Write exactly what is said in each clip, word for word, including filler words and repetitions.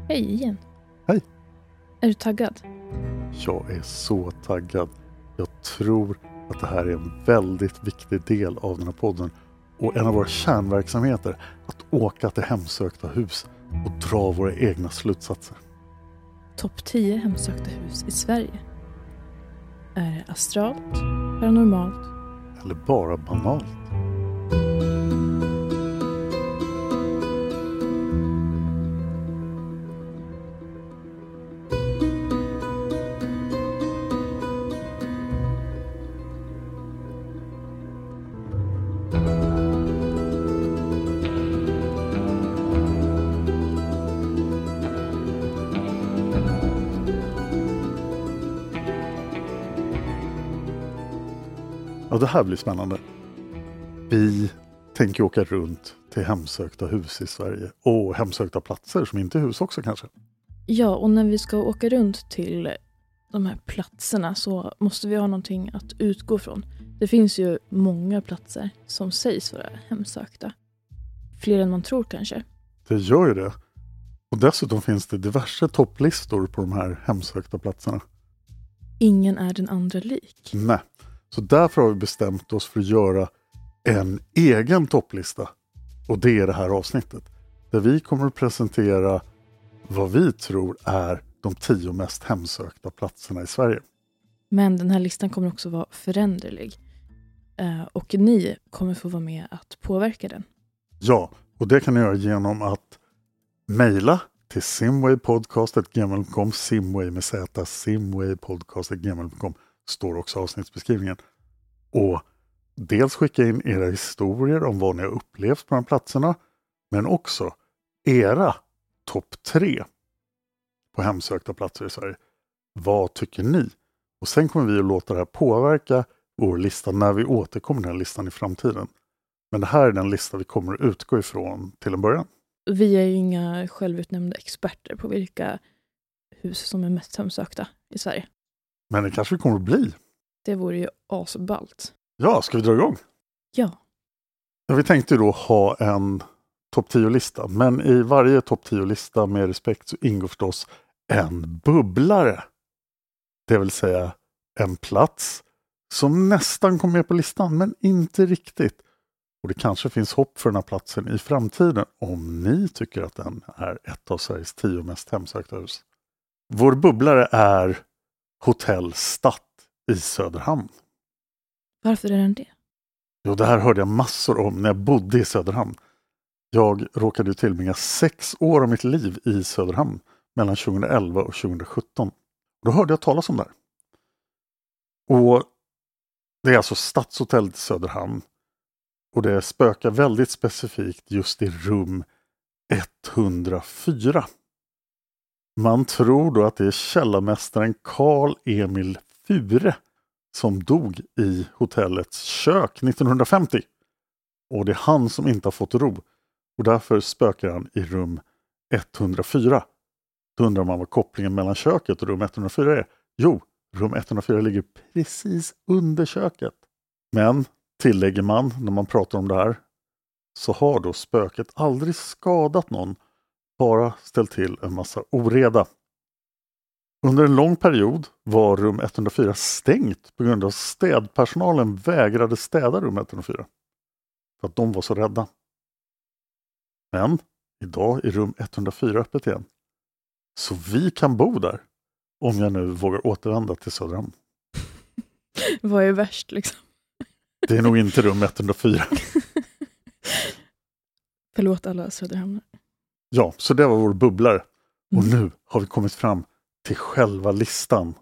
Hej igen. Hej. Är du taggad? Jag är så taggad. Jag tror att det här är en väldigt viktig del av den här podden och en av våra kärnverksamheter, att åka till hemsökta hus och dra våra egna slutsatser. Topp tio hemsökta hus i Sverige. Är det astralt, paranormalt? Eller bara banalt? Ja, det här blir spännande. Vi tänker åka runt till hemsökta hus i Sverige. Och hemsökta platser som inte är hus också kanske. Ja, och när vi ska åka runt till de här platserna så måste vi ha någonting att utgå från. Det finns ju många platser som sägs vara hemsökta. Fler än man tror kanske. Det gör ju det. Och dessutom finns det diverse topplistor på de här hemsökta platserna. Ingen är den andra lik. Nej. Så därför har vi bestämt oss för att göra en egen topplista. Och det är det här avsnittet. Där vi kommer att presentera vad vi tror är de tio mest hemsökta platserna i Sverige. Men den här listan kommer också vara föränderlig. Och ni kommer få vara med att påverka den. Ja, och det kan ni göra genom att mejla till simwaypodcast at gmail dot com. Simway med z, simwaypodcast at gmail dot com. Står också avsnittsbeskrivningen. Och dels skicka in era historier om vad ni har upplevt på de platserna. Men också era topp tre på hemsökta platser i Sverige. Vad tycker ni? Och sen kommer vi att låta det här påverka vår lista när vi återkommer till den här listan i framtiden. Men det här är den lista vi kommer att utgå ifrån till en början. Vi är ju inga självutnämnda experter på vilka hus som är mest hemsökta i Sverige. Men det kanske vi kommer att bli. Det vore ju asballt. Ja, ska vi dra igång? Ja. Ja, vi tänkte då ha en topp tio-lista. Men i varje topp tio-lista med respekt så ingår förstås en bubblare. Det vill säga en plats som nästan kom med på listan men inte riktigt. Och det kanske finns hopp för den här platsen i framtiden om ni tycker att den är ett av Sveriges tio mest hemsökta hus. Vår bubblare är Hotell Stadt i Söderhamn. Varför är den det? Jo, det här hörde jag massor om när jag bodde i Söderhamn. Jag råkade tillbringa sex år av mitt liv i Söderhamn mellan tjugoelva och tjugosjutton. Då hörde jag talas om det här. Och det är alltså Stadshotell i Söderhamn. Och det spökar väldigt specifikt just i rum etthundrafyra. Man tror då att det är källarmästaren Carl Emil Fure som dog i hotellets kök nittonhundrafemtio. Och det är han som inte har fått ro. Och därför spökar han i rum etthundrafyra. Då undrar man vad kopplingen mellan köket och rum etthundrafyra är. Jo, rum etthundrafyra ligger precis under köket. Men tillägger man när man pratar om det här så har då spöket aldrig skadat någon. Bara ställt till en massa oreda. Under en lång period var rum etthundrafyra stängt på grund av att städpersonalen vägrade städa rum etthundrafyra. För att de var så rädda. Men idag är rum etthundrafyra öppet igen. Så vi kan bo där. Om jag nu vågar återvända till Söderhamn. Vad är värst liksom? Det är nog inte rum etthundrafyra. Förlåt alla Söderhamn. Ja, så det var vår bubblare. Och nu har vi kommit fram till själva listan.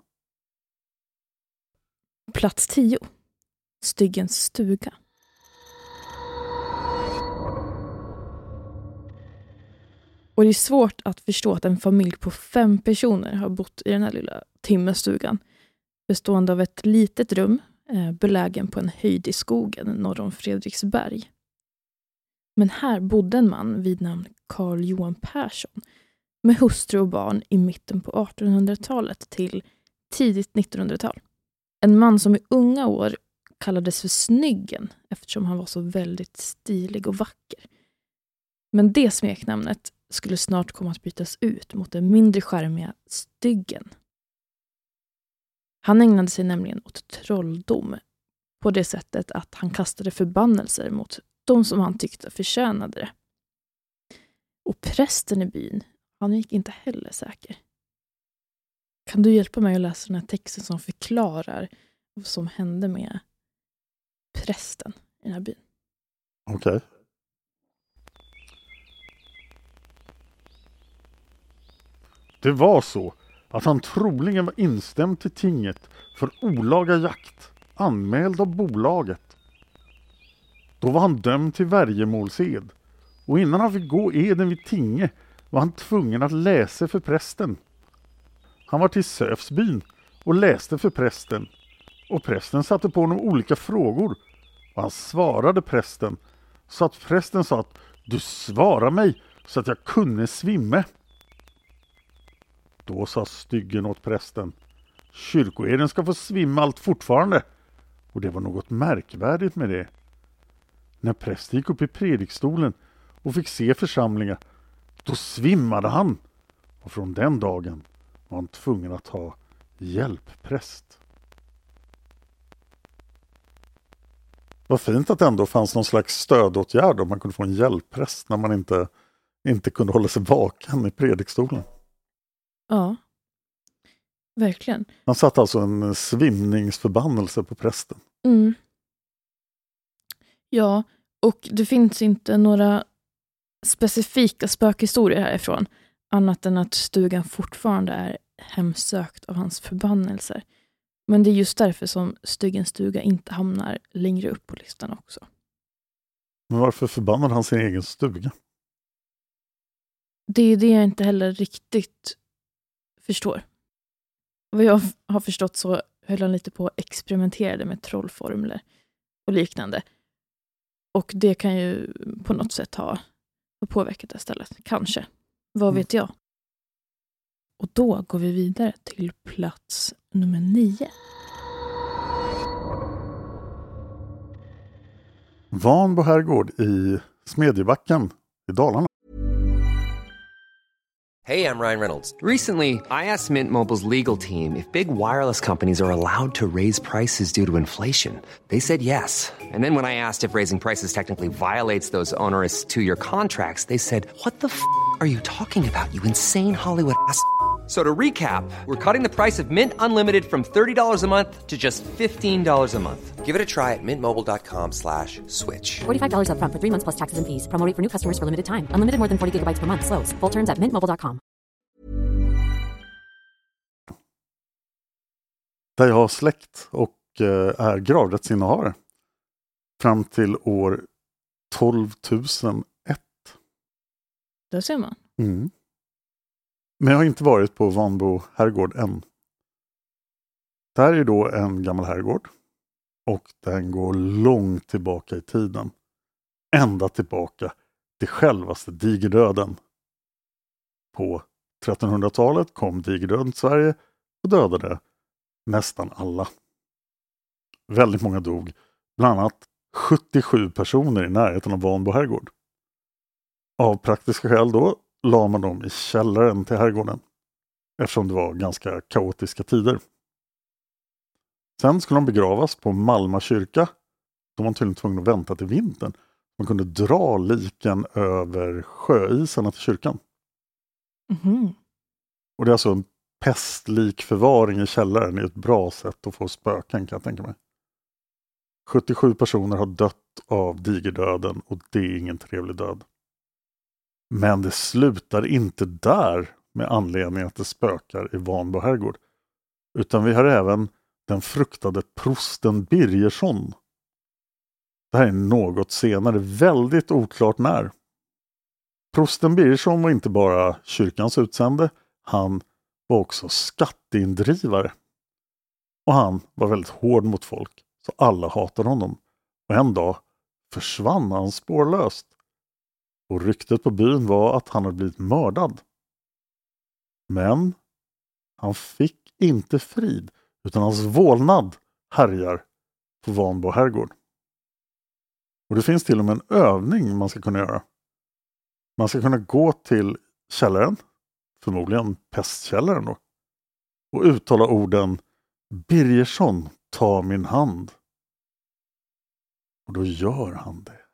Plats tio. Styggens stuga. Och det är svårt att förstå att en familj på fem personer har bott i den här lilla timmerstugan. Bestående av ett litet rum eh, belägen på en höjd i skogen norr om Fredriksberg. Men här bodde en man vid namn Carl Johan Persson med hustru och barn i mitten på artonhundratalet till tidigt nittonhundratal. En man som i unga år kallades för Snyggen eftersom han var så väldigt stilig och vacker. Men det smeknamnet skulle snart komma att bytas ut mot den mindre skärmiga Styggen. Han ägnade sig nämligen åt trolldom på det sättet att han kastade förbannelser mot de som han tyckte förtjänade det. Och prästen i byn, han gick inte heller säker. Kan du hjälpa mig att läsa den här texten som förklarar vad som hände med prästen i den här byn? Okej. Okay. Det var så att han troligen var instämd till tinget för olaga jakt, anmäld av bolaget. Då var han dömd till värjemålsed, och innan han fick gå eden vid tinge var han tvungen att läsa för prästen. Han var till Söfsbyn och läste för prästen, och prästen satte på honom olika frågor, och han svarade prästen så att prästen sa att du svarar mig så att jag kunde svimme. Då sa Styggen åt prästen, kyrkoeden ska få svimma allt fortfarande, och det var något märkvärdigt med det. När prästen gick upp i predikstolen och fick se församlingar, då svimmade han, och från den dagen var han tvungen att ha hjälppräst. Vad fint att det ändå fanns någon slags stödåtgärd om man kunde få en hjälppräst när man inte, inte kunde hålla sig vaken i predikstolen. Ja, verkligen. Han satt alltså en svimningsförbannelse på prästen. Mm. Ja, och det finns inte några specifika spökhistorier härifrån, annat än att stugan fortfarande är hemsökt av hans förbannelser. Men det är just därför som Styggens stuga inte hamnar längre upp på listan också. Men varför förbannar han sin egen stuga? Det är det jag inte heller riktigt förstår. Vad jag har förstått så höll han lite på att experimentera med trollformler och liknande. Och det kan ju på något sätt ha påverkat det stället. Kanske. Vad Mm. vet jag? Och då går vi vidare till plats nummer nio. Vanbo herrgård i Smedjebacken i Dalarna. Hey, I'm Ryan Reynolds. Recently, I asked Mint Mobile's legal team if big wireless companies are allowed to raise prices due to inflation. They said yes. And then when I asked if raising prices technically violates those onerous two-year contracts, they said, what the f*** are you talking about, you insane Hollywood ass f- So to recap, we're cutting the price of Mint Unlimited from thirty dollars a month to just fifteen dollars a month. Give it a try at mintmobile.com slash switch. forty-five dollars up front for three months plus taxes and fees. Promo rate for new customers for limited time. Unlimited more than forty gigabytes per month. Slows full terms at mint mobile dot com. Där jag har släkt och är gravrättsinnehavare fram till år tolv tusen ett. Där ser man. Mm. Men jag har inte varit på Vanbo herrgård än. Det här är då en gammal herrgård. Och den går långt tillbaka i tiden. Ända tillbaka till självaste digerdöden. På trettonhundratalet kom digerdöden till Sverige och dödade nästan alla. Väldigt många dog. Bland annat sjuttiosju personer i närheten av Vanbo herrgård. Av praktiska skäl då la man dem i källaren till herrgården. Eftersom det var ganska kaotiska tider. Sen skulle de begravas på Malma kyrka. De var tydligen tvungna att vänta till vintern. Man kunde dra liken över sjöisarna till kyrkan. Mm-hmm. Och det är alltså en pestlik förvaring i källaren. Det är ett bra sätt att få spöken, kan jag tänka mig. sjuttiosju personer har dött av digerdöden och det är ingen trevlig död. Men det slutar inte där med anledning att det spökar i Vanbo herrgård. Utan vi har även den fruktade prosten Birgersson. Det här är något senare, väldigt oklart när. Prosten Birgersson var inte bara kyrkans utsände, han var också skatteindrivare. Och han var väldigt hård mot folk, så alla hatade honom. Och en dag försvann han spårlöst. Och ryktet på byn var att han hade blivit mördad. Men han fick inte frid, utan hans vålnad härjar på Vanbo herrgård. Och det finns till och med en övning man ska kunna göra. Man ska kunna gå till källaren, förmodligen pestkällaren då, och uttalar orden Birgersson, ta min hand. Och då gör han det.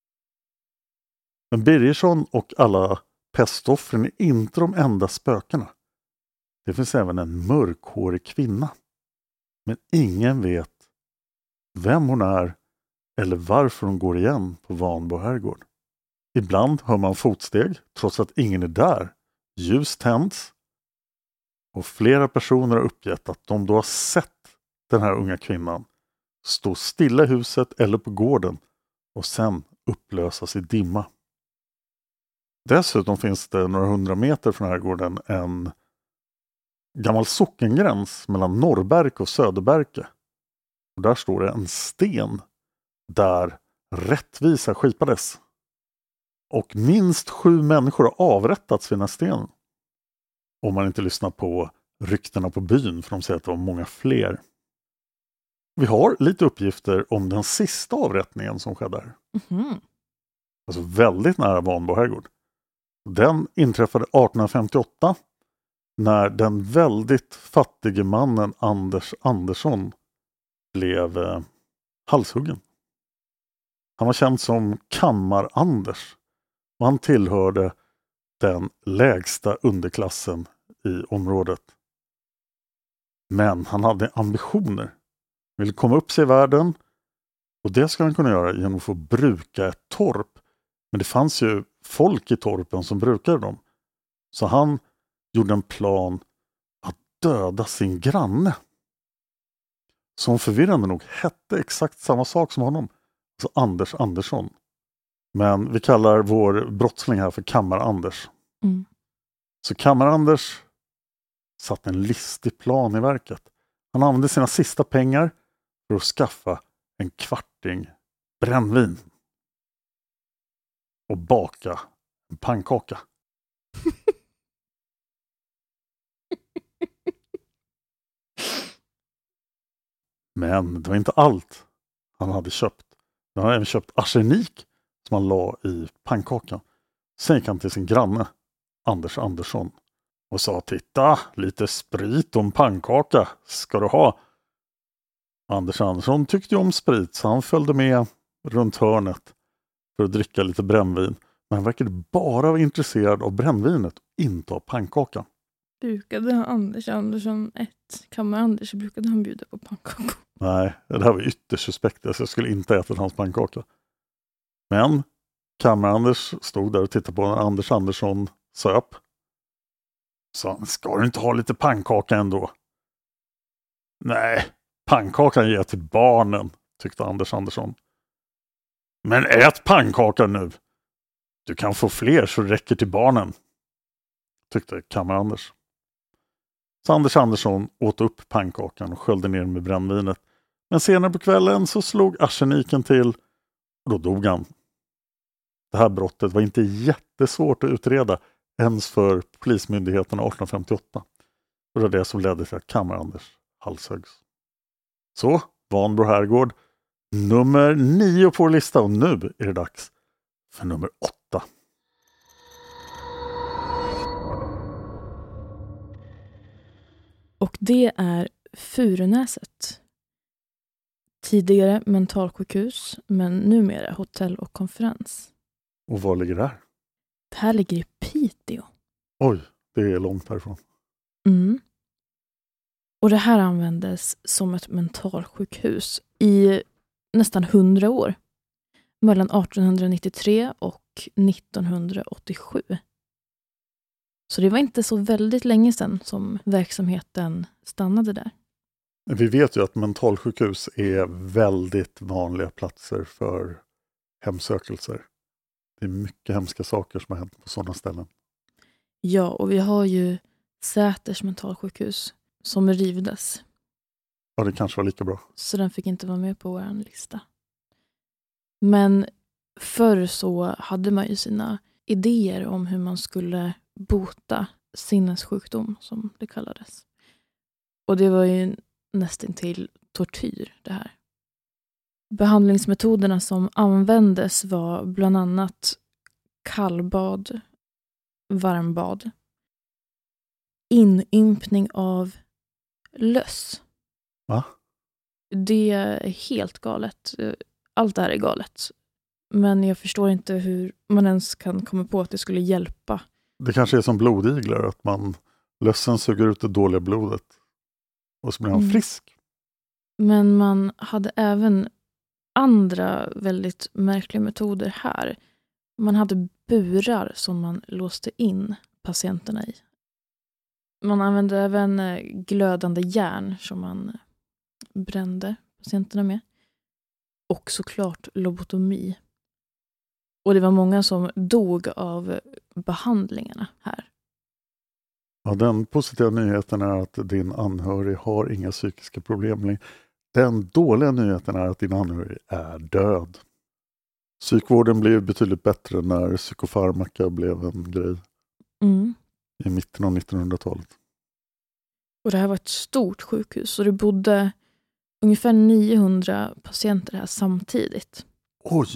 Men Birgersson och alla pestoffren är inte de enda spökena. Det finns även en mörkhårig kvinna. Men ingen vet vem hon är eller varför hon går igen på Vanbo herrgård. Ibland hör man fotsteg trots att ingen är där. Ljus tänds. Och flera personer har uppgett att de då har sett den här unga kvinnan stå stilla i huset eller på gården och sen upplösas i dimma. Dessutom finns det några hundra meter från herrgården en gammal sockengräns mellan Norrberke och Söderberke. Och där står det en sten där rättvisa skipades. Och minst sju människor har avrättats vid den här stenen. Om man inte lyssnar på ryktena på byn, för de säger att det var många fler. Vi har lite uppgifter om den sista avrättningen som skedde här. Mm. Alltså väldigt nära Vanbo herrgård. Den inträffade arton femtioåtta när den väldigt fattige mannen Anders Andersson blev eh, halshuggen. Han var känd som Kammar-Anders och han tillhörde den lägsta underklassen i området. Men han hade ambitioner. Ville komma upp sig i världen och det ska han kunna göra genom att få bruka ett torp. Men det fanns ju folk i torpen som brukade dem. Så han gjorde en plan att döda sin granne. Som förvirrande nog hette exakt samma sak som honom. Alltså Anders Andersson. Men vi kallar vår brottsling här för Kammar-Anders. Mm. Så Kammar-Anders satte en listig plan i verket. Han använde sina sista pengar för att skaffa en kvarting brännvin. Och baka en pannkaka. Men det var inte allt han hade köpt. Han hade även köpt arsenik som han la i pannkakan. Sen gick han till sin granne Anders Andersson och sa: titta, lite sprit och en pannkaka ska du ha. Anders Andersson tyckte ju om sprit så han följde med runt hörnet för att dricka lite brännvin. Men han verkade bara vara intresserad av brännvinet och inte av pannkakan. Brukade Anders Andersson ett Kammar-Anders så brukade han bjuda på pannkakor. Nej, det här var ytterst suspekt. Så jag skulle inte äta hans pannkaka. Men Kammar-Anders stod där och tittade på när Anders Andersson söp. Så ska du inte ha lite pannkaka ändå? Nej, pannkakan ger jag till barnen, tyckte Anders Andersson. Men ät pannkakan nu. Du kan få fler så det räcker till barnen, tyckte Kammar-Anders. Så Anders Andersson åt upp pannkakan och sköljde ner med brännvinet. Men senare på kvällen så slog arseniken till och då dog han. Det här brottet var inte jättesvårt att utreda ens för polismyndigheterna arton femtioåtta. Och det var det som ledde till att Kammar-Anders halshöggs. Så, Vanbo herrgård, nummer nio på listan och nu är det dags för nummer åtta. Och det är Furunäset. Tidigare mentalsjukhus, men numera hotell och konferens. Och var ligger det här? Det här ligger i Piteå. Oj, det är långt härifrån. Mm. Och det här användes som ett mentalsjukhus i nästan hundra år. Mellan arton nittiotre och nittonhundraåttiosju. Så det var inte så väldigt länge sedan som verksamheten stannade där. Vi vet ju att mentalsjukhus är väldigt vanliga platser för hemsökelser. Det är mycket hemska saker som har hänt på sådana ställen. Ja, och vi har ju Säters mentalsjukhus som rivdes. Ja, det kanske var lika bra. Så den fick inte vara med på vår lista. Men förr så hade man ju sina idéer om hur man skulle bota sinnessjukdom som det kallades. Och det var ju nästan till tortyr det här. Behandlingsmetoderna som användes var bland annat kallbad, varmbad, inympning av löss. Va? Det är helt galet. Allt det här är galet. Men jag förstår inte hur man ens kan komma på att det skulle hjälpa. Det kanske är som blodiglar, att man lössen suger ut det dåliga blodet och så blir han Mm. frisk. Men man hade även andra väldigt märkliga metoder här. Man hade burar som man låste in patienterna i. Man använde även eh, glödande järn som man brände patienterna med. Och såklart lobotomi. Och det var många som dog av behandlingarna här. Ja, den positiva nyheten är att din anhörig har inga psykiska problem längre. Den dåliga nyheten är att din anhörig är död. Psykvården blev betydligt bättre när psykofarmaka blev en grej Mm. i mitten av nittonhundratalet. Och det här var ett stort sjukhus. Och det bodde ungefär niohundra patienter här samtidigt. Oj!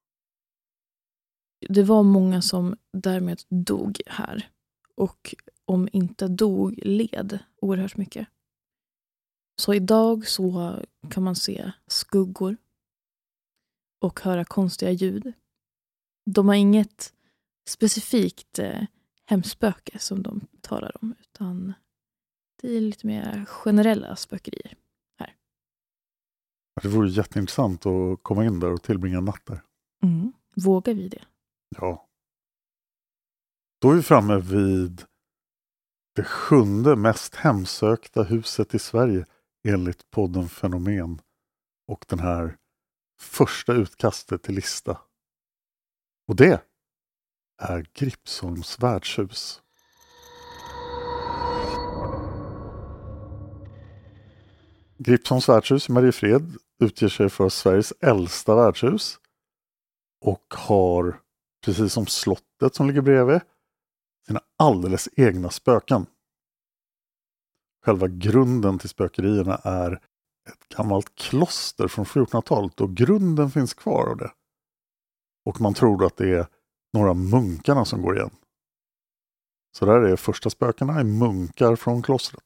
Det var många som därmed dog här. Och om inte dog, led oerhört mycket. Så idag så kan man se skuggor och höra konstiga ljud. De har inget specifikt eh, hemspöke som de talar om, utan det är lite mer generella spökerier här. Det vore jätteintressant att komma in där och tillbringa en natt där. Mm. Vågar vi det? Ja. Då är vi framme vid det sjunde mest hemsökta huset i Sverige enligt podden Fenomen och den här första utkastet till lista. Och det är Gripsholms värdshus. Gripsholms värdshus i Mariefred utger sig för Sveriges äldsta värdshus och har, precis som slottet som ligger bredvid, sina alldeles egna spöken. Själva grunden till spökerierna är ett gammalt kloster från fjortonhundratalet och grunden finns kvar av det. Och man tror att det är några munkarna som går igen. Så där är första spökena är munkar från klostret.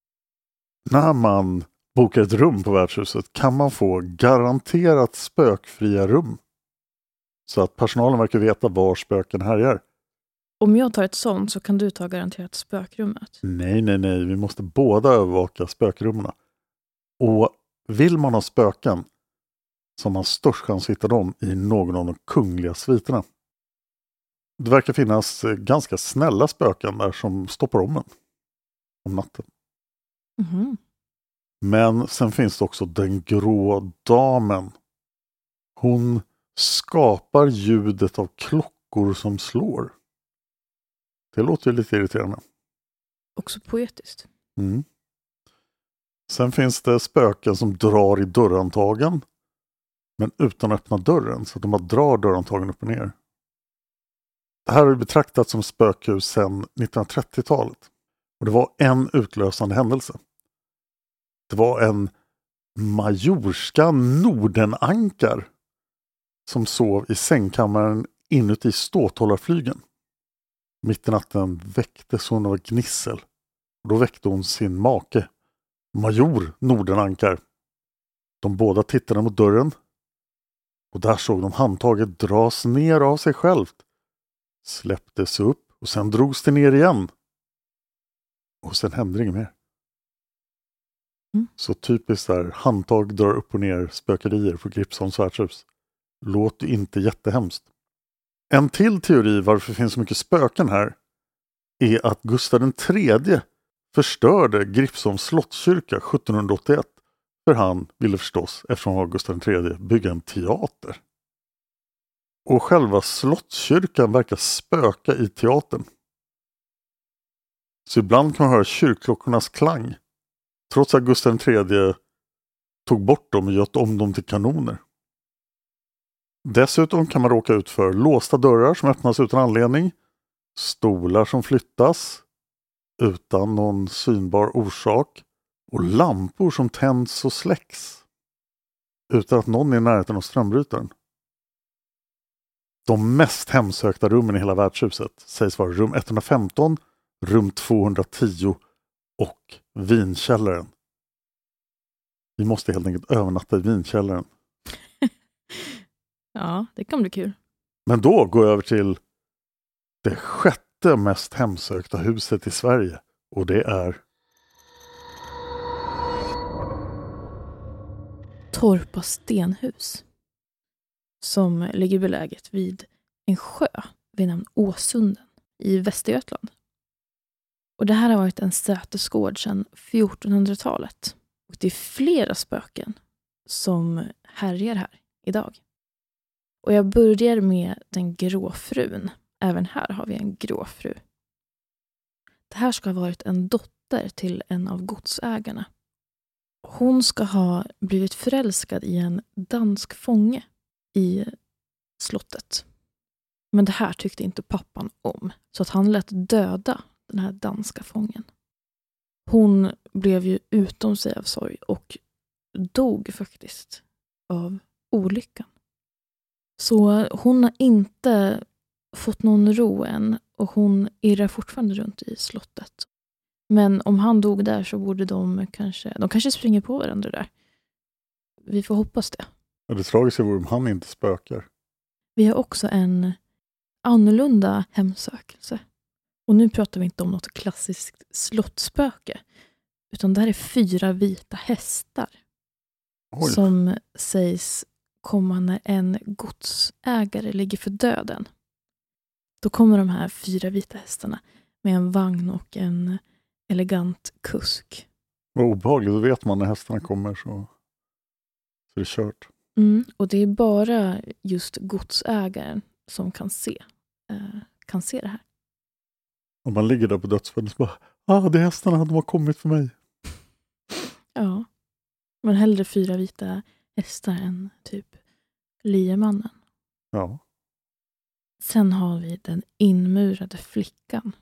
När man bokar ett rum på värdshuset kan man få garanterat spökfria rum. Så att personalen verkar veta var spöken härjar. Om jag tar ett sånt så kan du ta garanterat spökrummet. Nej, nej, nej. Vi måste båda övervaka spökrummen. Och vill man ha spöken så har man störst chans att hitta dem i någon av de kungliga sviterna. Det verkar finnas ganska snälla spöken där som stoppar om en om natten. Mhm. Men sen finns det också den grå damen. Hon skapar ljudet av klockor som slår. Det låter ju lite irriterande. Också poetiskt. Mm. Sen finns det spöken som drar i dörrantagen men utan att öppna dörren, så att de bara drar dörrantagen upp och ner. Det här har betraktats som spökhus sedan nittonhundratrettiotalet. Och det var en utlösande händelse. Det var en majorska Nordenankar som sov i sängkammaren inuti ståthållarflygen. Mitt i natten väcktes hon av gnissel. Och då väckte hon sin make, major Nordenankar. De båda tittade mot dörren. Och där såg de handtaget dras ner av sig självt. Släpptes upp och sen drogs det ner igen. Och sen hände det inget mer. Mm. Så typiskt där, handtag drar upp och ner spökerier på Gripsholms värdshus. Låter inte jättehemskt. En till teori varför det finns så mycket spöken här är att Gustav den tredje förstörde Gripsholms slottskyrka sjuttonhundraåttioett. För han ville förstås, eftersom han var Gustav den tredje, bygga en teater. Och själva slottskyrkan verkar spöka i teatern. Så ibland kan man höra kyrkklockornas klang. Trots att Gustav den tredje tog bort dem och gjort om dem till kanoner. Dessutom kan man råka ut för låsta dörrar som öppnas utan anledning. Stolar som flyttas utan någon synbar orsak. Och lampor som tänds och släcks utan att någon är i närheten av strömbrytaren. De mest hemsökta rummen i hela värdshuset sägs vara rum etthundrafemton, rum tvåhundratio och vinkällaren. Vi måste helt enkelt övernatta i vinkällaren. Ja, det kan bli kul. Men då går jag över till det sjätte mest hemsökta huset i Sverige. Och det är Torpa stenhus. Som ligger beläget vid en sjö vid namn Åsunden i Västergötland. Och det här har varit en sätesgård sedan fjortonhundratalet. Och det är flera spöken som härjar här idag. Och jag börjar med den gråfrun. Även här har vi en gråfru. Det här ska ha varit en dotter till en av godsägarna. Hon ska ha blivit förälskad i en dansk fånge i slottet. Men det här tyckte inte pappan om. Så att han lät döda den här danska fången. Hon blev ju utom sig av sorg och dog faktiskt av olyckan. Så hon har inte fått någon ro än och hon irrar fortfarande runt i slottet. Men om han dog där så borde de kanske, de kanske springer på varandra där. Vi får hoppas det. Ja, det tragiska vore om han inte spökar. Vi har också en annorlunda hemsökelse. Och nu pratar vi inte om något klassiskt slottspöke. Utan det här är fyra vita hästar. Oj. Som sägs komma när en godsägare ligger för döden. Då kommer de här fyra vita hästarna med en vagn och en elegant kusk. Vad obehagligt, då vet man när hästarna kommer så, så är det kört. Mm, och det är bara just godsägaren som kan se, eh, kan se det här. Om man ligger där på dödsbädden så bara, ah, det är hästarna, de har kommit för mig. Ja, men hellre fyra vita hästar än typ liemannen. Ja. Sen har vi den inmurade flickan.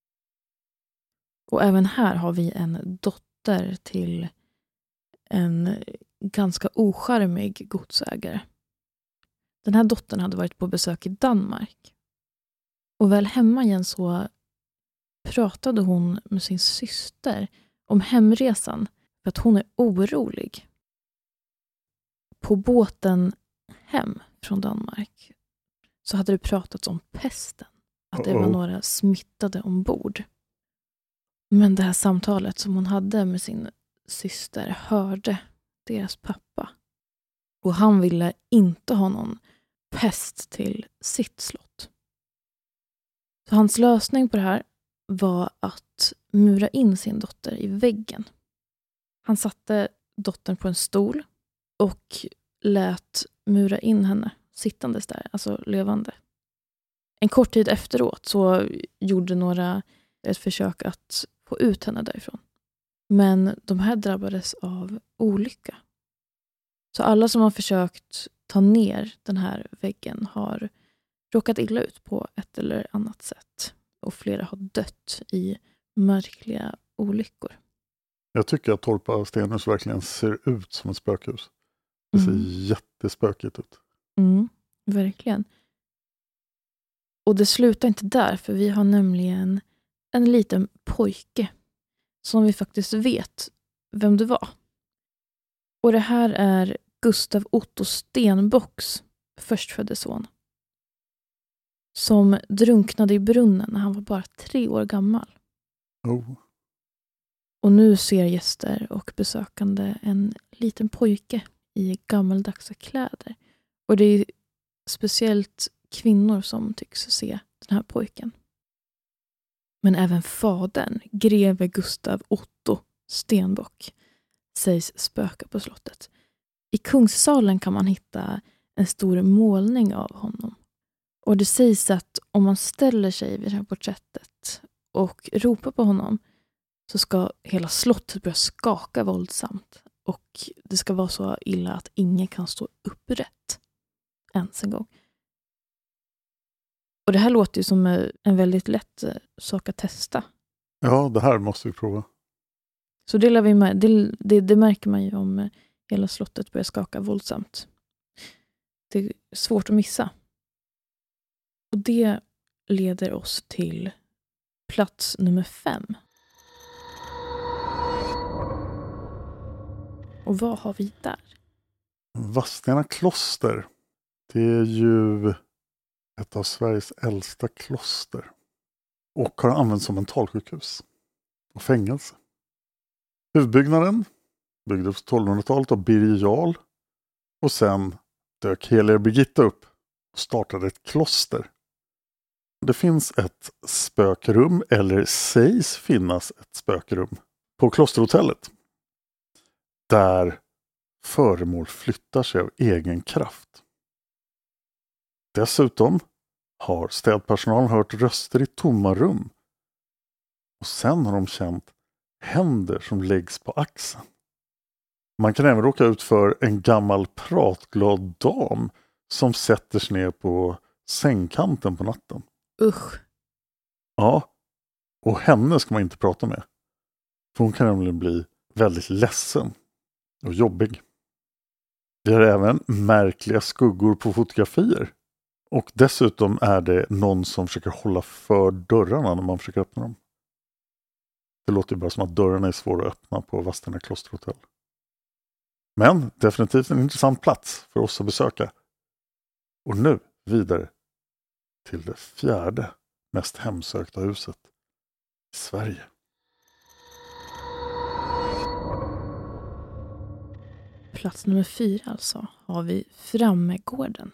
Och även här har vi en dotter till en ganska ocharmig godsägare. Den här dottern hade varit på besök i Danmark. Och väl hemma igen så pratade hon med sin syster om hemresan för att hon är orolig. På båten hem från Danmark så hade det pratats om pesten. Att det var Uh-oh. några smittade ombord. Men det här samtalet som hon hade med sin syster hörde deras pappa. Och han ville inte ha någon pest till sitt slott. Så hans lösning på det här var att mura in sin dotter i väggen. Han satte dottern på en stol och lät mura in henne sittandes där, alltså levande. En kort tid efteråt så gjorde några ett försök att få ut henne därifrån. Men de här drabbades av olycka. Så alla som har försökt ta ner den här väggen har råkat illa ut på ett eller annat sätt. Och flera har dött i märkliga olyckor. Jag tycker att Torpa stenhus verkligen ser ut som ett spökhus. Det ser Mm. jättespökigt ut. Mm, verkligen. Och det slutar inte där, för vi har nämligen en liten pojke som vi faktiskt vet vem det var. Och det här är Gustav Otto Stenbocks förstfödde son. Som drunknade i brunnen när han var bara tre år gammal. Oh. Och nu ser gäster och besökande en liten pojke i gammaldags kläder. Och det är speciellt kvinnor som tycks se den här pojken. Men även fadern, greve Gustav Otto Stenbock, sägs spöka på slottet. I Kungssalen kan man hitta en stor målning av honom. Och det sägs att om man ställer sig vid det här porträttet och ropar på honom så ska hela slottet börja skaka våldsamt. Och det ska vara så illa att ingen kan stå upprätt ens en gång. Och det här låter ju som en väldigt lätt sak att testa. Ja, det här måste vi prova. Så det, vi med, det, det, det märker man ju om hela slottet börjar skaka våldsamt. Det är svårt att missa. Och det leder oss till plats nummer fem. Och vad har vi där? Vadstena kloster. Det är ju ett av Sveriges äldsta kloster. Och har använts som mentalsjukhus och fängelse. Huvudbyggnaden byggdes på tolvhundratalet av Birger Jarl. Och sen dök heliga Birgitta upp och startade ett kloster. Det finns ett spökrum, eller sägs finnas ett spökrum, på klosterhotellet. Där föremål flyttar sig av egen kraft. Dessutom har städpersonalen hört röster i tomma rum. Och sen har de känt händer som läggs på axeln. Man kan även råka ut för en gammal pratglad dam som sätter sig ner på sängkanten på natten. Usch. Ja, och henne ska man inte prata med. För hon kan nämligen bli väldigt ledsen och jobbig. Vi har även märkliga skuggor på fotografier. Och dessutom är det någon som försöker hålla för dörrarna när man försöker öppna dem. Det låter bara som att dörrarna är svåra att öppna på Vadstena klosterhotell. Men definitivt en intressant plats för oss att besöka. Och nu vidare till det fjärde mest hemsökta huset i Sverige. Plats nummer fyra alltså har vi Frammegården.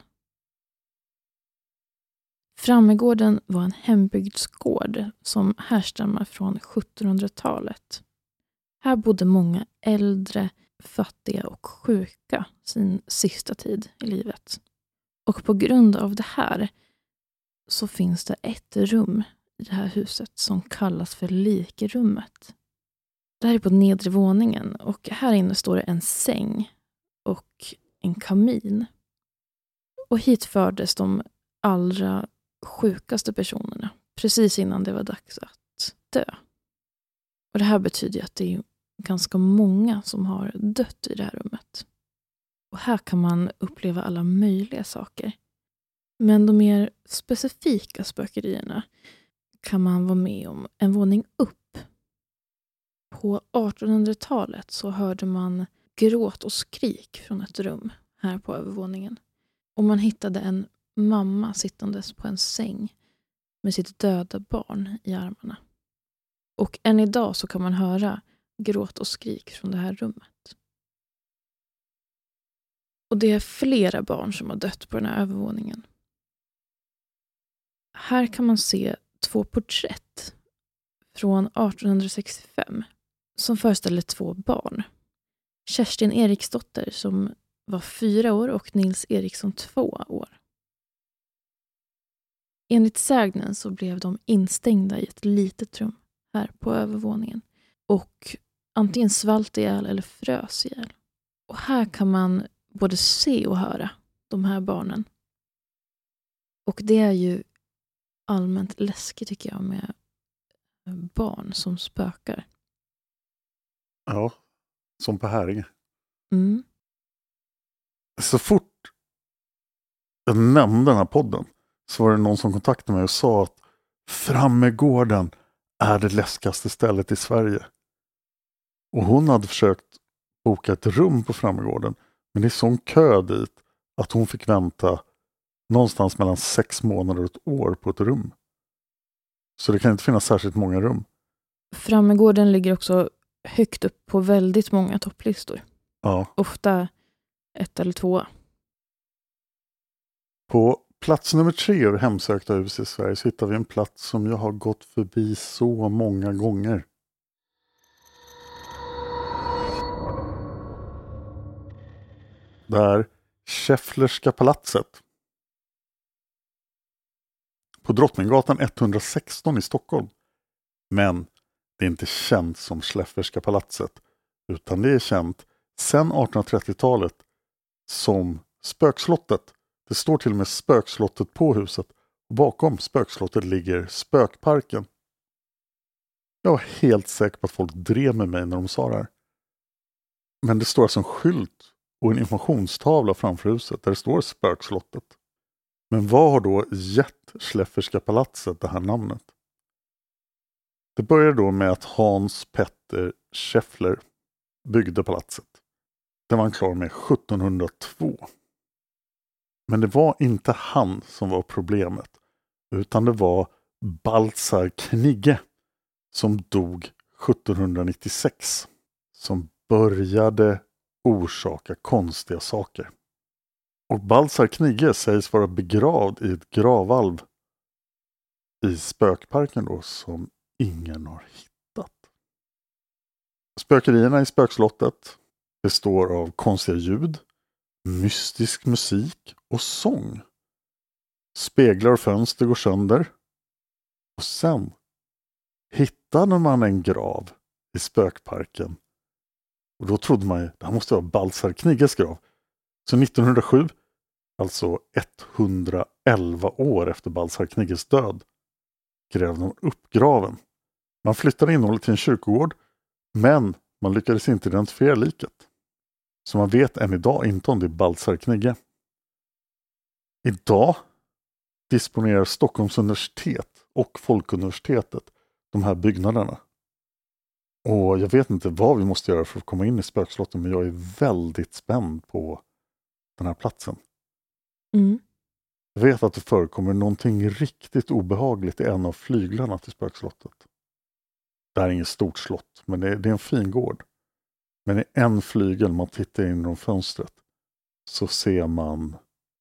Frammegården var en hembygdsgård som härstammar från sjuttonhundratalet. Här bodde många äldre, fattiga och sjuka sin sista tid i livet. Och på grund av det här så finns det ett rum i det här huset som kallas för likrummet. Det här är på nedre våningen och här inne står det en säng och en kamin. Och hit fördes de allra sjukaste personerna precis innan det var dags att dö. Och det här betyder att det är ganska många som har dött i det här rummet. Och här kan man uppleva alla möjliga saker. Men de mer specifika spökerierna kan man vara med om en våning upp. På artonhundratalet så hörde man gråt och skrik från ett rum här på övervåningen. Och man hittade en mamma sittandes på en säng med sitt döda barn i armarna. Och än idag så kan man höra gråt och skrik från det här rummet. Och det är flera barn som har dött på den här övervåningen. Här kan man se två porträtt från artonhundrasextiofem som föreställer två barn. Kerstin Eriksdotter som var fyra år och Nils Eriksson två år. Enligt sägnen så blev de instängda i ett litet rum här på övervåningen och antingen svalt ihjäl eller frös ihjäl. Och här kan man både se och höra de här barnen. Och det är ju allmänt läskigt tycker jag med barn som spökar. Ja, som på Häringe. Mm. Så fort jag nämnde den här podden så var det någon som kontaktade mig och sa att Frammegården är det läskigaste stället i Sverige. Och hon hade försökt boka ett rum på Frammegården, men det är sån kö dit att hon fick vänta någonstans mellan sex månader och ett år på ett rum. Så det kan inte finnas särskilt många rum. Frammegården ligger också högt upp på väldigt många topplistor. Ja. Ofta ett eller två. På plats nummer tre över hemsökta hus i Sverige så hittar vi en plats som jag har gått förbi så många gånger. Det är Schefflerska palatset. På Drottninggatan etthundrasexton i Stockholm. Men det är inte känt som Schefflerska palatset, utan det är känt sedan artonhundratrettiotalet som spökslottet. Det står till och med spökslottet på huset. Och bakom spökslottet ligger spökparken. Jag var helt säker på att folk drev med mig när de sa det här. Men det står alltså en skylt och en informationstavla framför huset där det står spökslottet. Men vad har då gett Schlefferska palatset det här namnet? Det började då med att Hans Petter Scheffler byggde palatset. Det var han klar med sjuttonhundratvå. Men det var inte han som var problemet, utan det var Baltzar Knigge som dog sjuttonhundranittiosex, som började orsaka konstiga saker. Och Baltzar Knigge sägs vara begravd i ett gravvalv i spökparken då, som ingen har hittat. Spökerierna i spökslottet består av konstiga ljud, mystisk musik och sång. Speglar och fönster går sönder. Och sen hittade man en grav i spökparken. Och då trodde man ju, det här måste vara Baltzar Knigges grav. Så nittonhundrasju, alltså etthundraelva år efter Baltzar Knigges död, grävde de upp graven. Man flyttade innehållet till en kyrkogård, men man lyckades inte identifiera liket. Så man vet än idag inte om det är Baltzar Knigge. Idag disponerar Stockholms universitet och Folkuniversitetet de här byggnaderna. Och jag vet inte vad vi måste göra för att komma in i spökslottet, men jag är väldigt spänd på den här platsen. Mm. Jag vet att det förekommer någonting riktigt obehagligt i en av flyglarna till spökslottet. Det här är inget stort slott, men det är, det är en fin gård. Men i en flygel, man tittar in genom fönstret, så ser man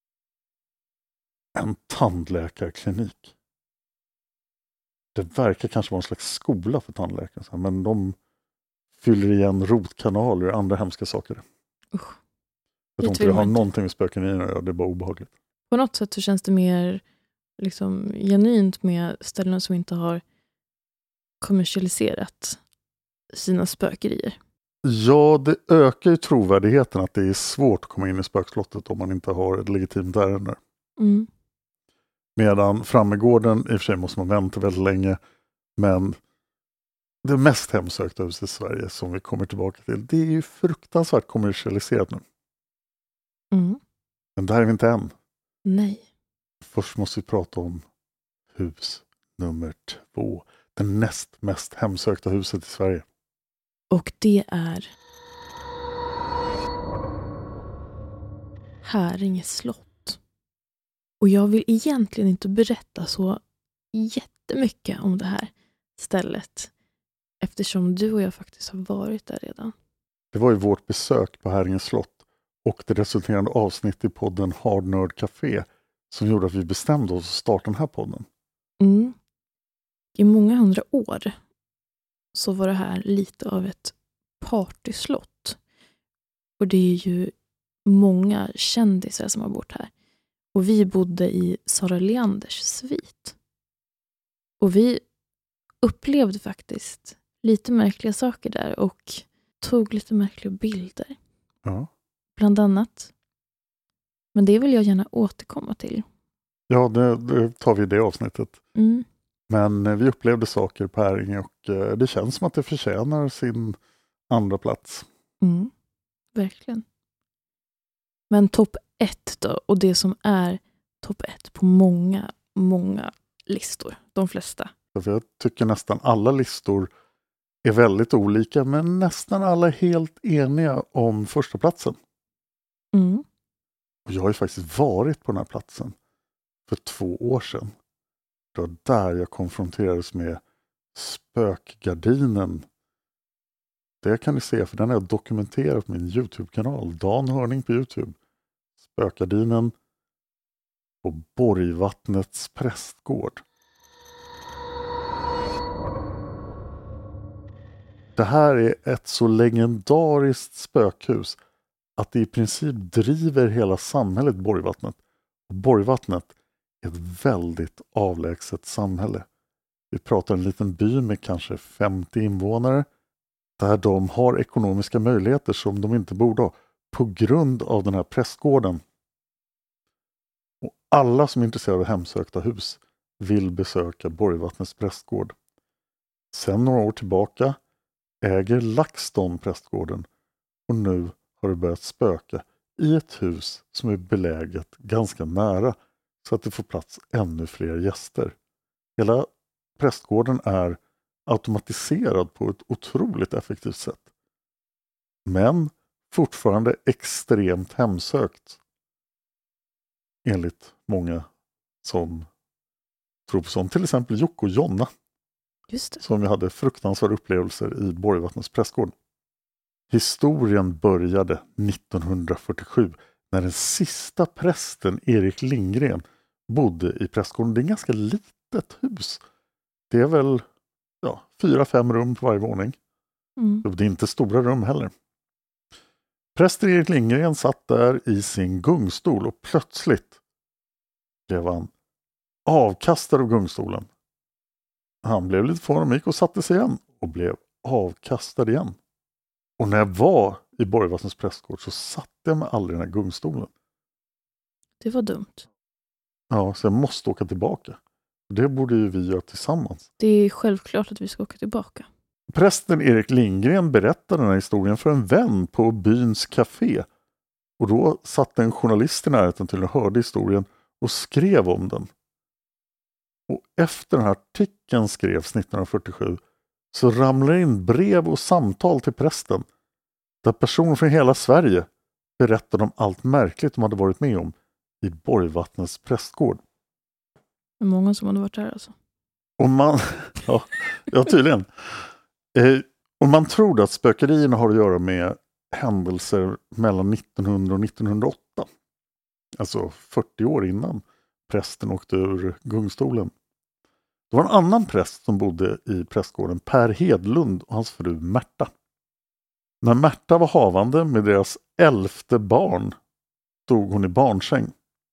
en tandläkarklinik. Det verkar kanske vara en slags skola för tandläkare, men de fyller igen rotkanaler och andra hemska saker. Usch. Jag tror inte det har någonting med spöken i att göra, det är bara obehagligt. På något sätt så känns det mer liksom genuint med ställen som inte har kommersialiserat sina spökerier. Ja, det ökar ju trovärdigheten att det är svårt att komma in i spökslottet om man inte har ett legitimt ärende. Mm. Medan Frammegården, i och för sig måste man vänta väldigt länge, men det mest hemsökta huset i Sverige som vi kommer tillbaka till, det är ju fruktansvärt kommersialiserat nu. Mm. Men där är vi inte än. Nej. Först måste vi prata om hus nummer två. Det näst mest hemsökta huset i Sverige. Och det är Häringe slott. Och jag vill egentligen inte berätta så jättemycket om det här stället. Eftersom du och jag faktiskt har varit där redan. Det var ju vårt besök på Häringe slott och det resulterande avsnitt i podden Hard Nerd Café som gjorde att vi bestämde oss att starta den här podden. Mm. I många hundra år så var det här lite av ett partyslott. Och det är ju många kändisar som har bott här. Och vi bodde i Sara Leanders svit. Och vi upplevde faktiskt lite märkliga saker där och tog lite märkliga bilder. Ja. Bland annat. Men det vill jag gärna återkomma till. Ja, det, det tar vi i det avsnittet. Mm. Men vi upplevde saker på Häringe och eh, det känns som att det förtjänar sin andra plats. Mm. Verkligen. Men topp ett då, och det som är topp ett på många, många listor. De flesta. För jag tycker nästan alla listor är väldigt olika, men nästan alla är helt eniga om första platsen. Mm. Och jag har ju faktiskt varit på den här platsen för två år sedan. Det var där jag konfronterades med spökgardinen. Det kan ni se, för den har jag dokumenterat på min YouTube-kanal. Dan Hörning på YouTube. Spökgardinen på Borgvattnets prästgård. Det här är ett så legendariskt spökhus att det i princip driver hela samhället Borgvattnet. Och Borgvattnet är ett väldigt avlägset samhälle. Vi pratar en liten by med kanske femtio invånare där de har ekonomiska möjligheter som de inte borde ha på grund av den här prästgården. Och alla som är intresserade av hemsökta hus vill besöka Borgvattnets prästgård. Sen några år tillbaka äger LaxTon prästgården och nu har det börjat spöka i ett hus som är beläget ganska nära så att det får plats ännu fler gäster. Hela prästgården är automatiserad på ett otroligt effektivt sätt. Men fortfarande extremt hemsökt. Enligt många som tror på sånt. Till exempel Jocke och Jonna. Just det. Som vi hade fruktansvärda upplevelser i Borgvattnets prästgård. Historien började nittonhundrafyrtiosju när den sista prästen Erik Lindgren bodde i prästgården. Det är ett ganska litet hus. Det är väl ja, fyra, fem rum på varje våning. Mm. Det är inte stora rum heller. Prästen Erik Lindgren satt där i sin gungstol och plötsligt blev han avkastad av gungstolen. Han blev lite förnöjd och satte sig igen och blev avkastad igen. Och när jag var i Borgvattnets prästgård så satte jag mig aldrig i den här gungstolen. Det var dumt. Ja, så jag måste åka tillbaka. Det borde ju vi göra tillsammans. Det är självklart att vi ska åka tillbaka. Prästen Erik Lindgren berättade den här historien för en vän på byns café. Och då satt en journalist i närheten till och hörde historien och skrev om den. Och efter den här artikeln skrevs nittonhundrafyrtiosju så ramlade in brev och samtal till prästen där personer från hela Sverige berättade om allt märkligt de hade varit med om i Borgvattnets prästgård. Det är många som hade varit där alltså. Och man, ja, ja tydligen. Eh, och man tror att spökerierna har att göra med händelser mellan nittonhundra och nittonhundraåtta. Alltså fyrtio år innan prästen åkte ur gungstolen. Det var en annan präst som bodde i prästgården, Per Hedlund och hans fru Märta. När Märta var havande med deras elfte barn dog hon i barnsäng.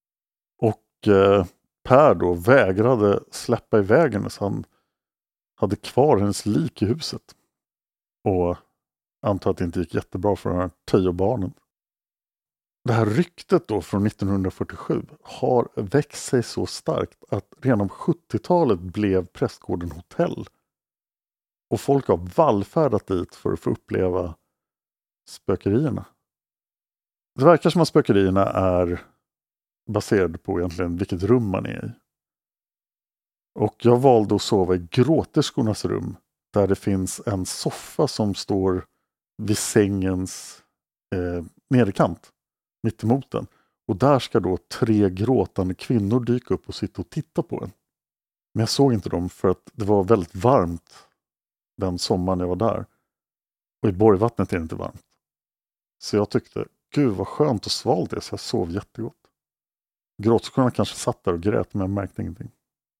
Och eh, Per då vägrade släppa iväg henne så han hade kvar hennes lik i huset. Och antar att det inte gick jättebra för de här tio barnen. Det här ryktet då från nittonhundrafyrtiosju har växt sig så starkt att redan på sjuttiotalet blev prästgården hotell. Och folk har vallfärdat dit för att få uppleva spökerierna. Det verkar som att spökerierna är baserade på egentligen vilket rum man är i. Och jag valde att sova i gråterskornas rum där det finns en soffa som står vid sängens eh, nederkant. Mitt emot den. Och där ska då tre gråtande kvinnor dyka upp och sitta och titta på en. Men jag såg inte dem för att det var väldigt varmt den sommaren jag var där. Och i Borgvattnet är det inte varmt. Så jag tyckte, gud vad skönt och svalt det är, så jag sov jättegott. Gråtskorna kanske satt där och grät men jag märkte ingenting.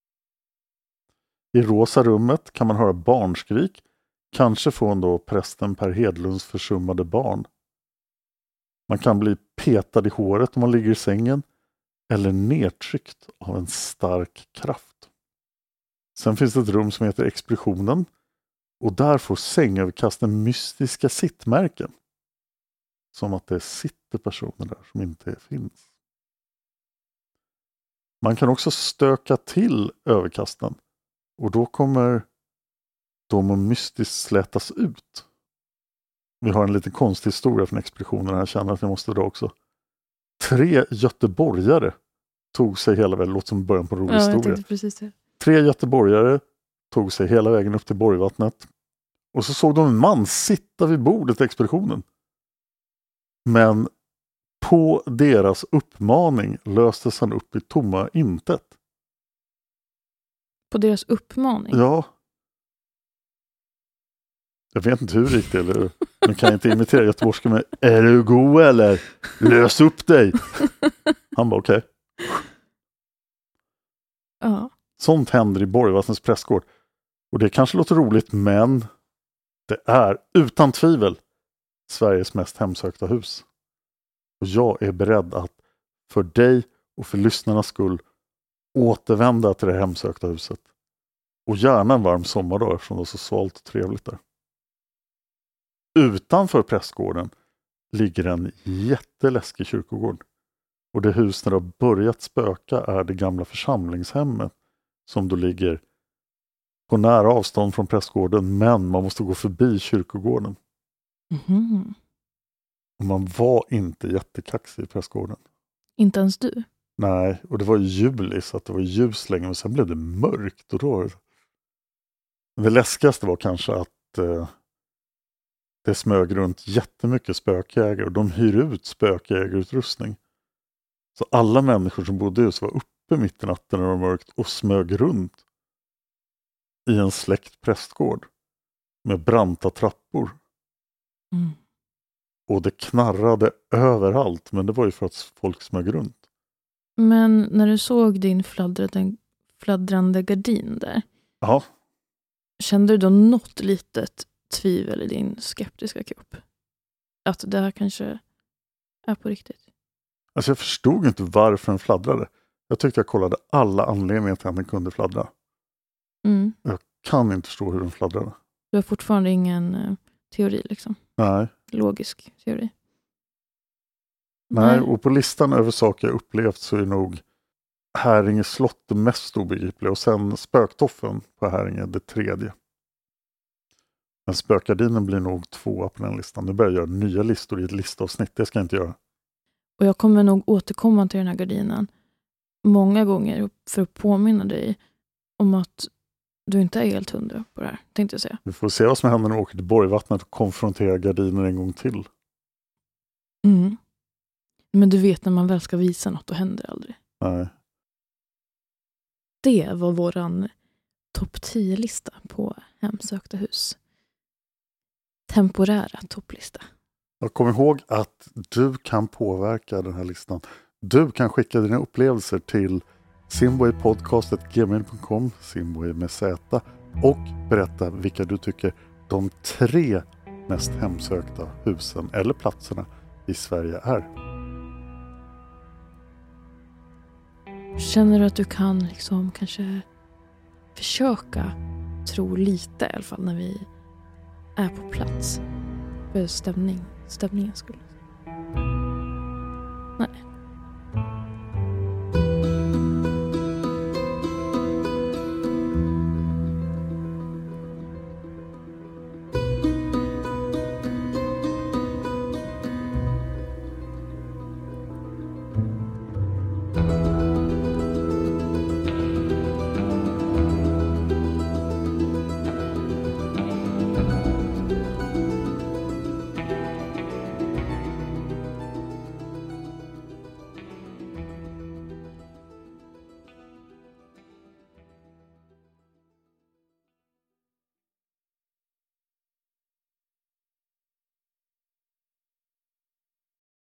I rosa rummet kan man höra barnskrik. Kanske från då prästen Per Hedlunds försummade barn. Man kan bli petad i håret om man ligger i sängen eller nedtryckt av en stark kraft. Sen finns det ett rum som heter Expeditionen och där får sängöverkasten mystiska sittmärken. Som att det sitter personer där som inte finns. Man kan också stöka till överkasten och då kommer de att mystiskt slätas ut. Vi har en liten konstig historia från expeditionen. Jag känner att jag måste dra också. Tre göteborgare tog sig hela vägen. Låt som början på en rolig Ja, historia. precis det. Tre göteborgare tog sig hela vägen upp till Borgvattnet. Och så såg de en man sitta vid bordet i expeditionen. Men på deras uppmaning löstes han upp i tomma intet. På deras uppmaning? Ja. Jag vet inte hur det gick det, eller man kan inte imitera göteborgska med är du god eller? Lös upp dig! Han bara okej. Okay. Ja. Sånt händer i Borgvattnets prästgård. Och det kanske låter roligt, men det är utan tvivel Sveriges mest hemsökta hus. Och jag är beredd att för dig och för lyssnarnas skull återvända till det hemsökta huset. Och gärna en varm sommardag eftersom det är så svalt och trevligt där. Utanför prästgården ligger en jätteläskig kyrkogård. Och det hus där det har börjat spöka är det gamla församlingshemmet som då ligger på nära avstånd från prästgården, men man måste gå förbi kyrkogården. Mm. Och man var inte jättekaxig i prästgården. Inte ens du? Nej, och det var i juli så att det var ljus länge, men sen blev det mörkt. Och då... Det läskigaste var kanske att eh, det smög runt jättemycket spökjägare och de hyr ut spökjägarutrustning. Så alla människor som bodde i huset var uppe mitt i natten när det var mörkt och smög runt i en släkt prästgård med branta trappor. Mm. Och det knarrade överallt, men det var ju för att folk smög runt. Men när du såg din fladdrande, fladdrande gardin där, Ja. kände du då något litet tvivel i din skeptiska kropp? Att det här kanske är på riktigt? Alltså jag förstod inte varför den fladdrade. Jag tyckte jag kollade alla anledningar till att den kunde fladdra. Mm. Jag kan inte förstå hur den fladdrade. Du har fortfarande ingen uh, teori liksom? Nej. Logisk teori? Nej, och på listan över saker jag upplevt så är nog Häringe slott det mest obegripliga och sen spöktoffen på Häringe det tredje. Men spökgardinen blir nog tvåa på den listan. Nu börjar jag göra nya listor i ett listavsnitt, det ska jag inte göra. Och jag kommer nog återkomma till den här gardinen många gånger för att påminna dig om att du inte är helt hundra på det här, tänkte jag säga. Vi får se vad som händer när vi åker till Borgvattnet och konfronterar gardiner en gång till. Mm. Men du vet, när man väl ska visa något, då händer det aldrig. Nej. Det var våran topp tio-lista på hemsökta hus. Temporära topplista. Jag kommer ihåg att du kan påverka den här listan. Du kan skicka dina upplevelser till simboypodcast at gmail dot com, Simboy med Z, och berätta vilka du tycker de tre mest hemsökta husen eller platserna i Sverige är. Känner du att du kan liksom kanske försöka tro lite i alla fall när vi är på plats? För stämning, stämningens skull. Nej.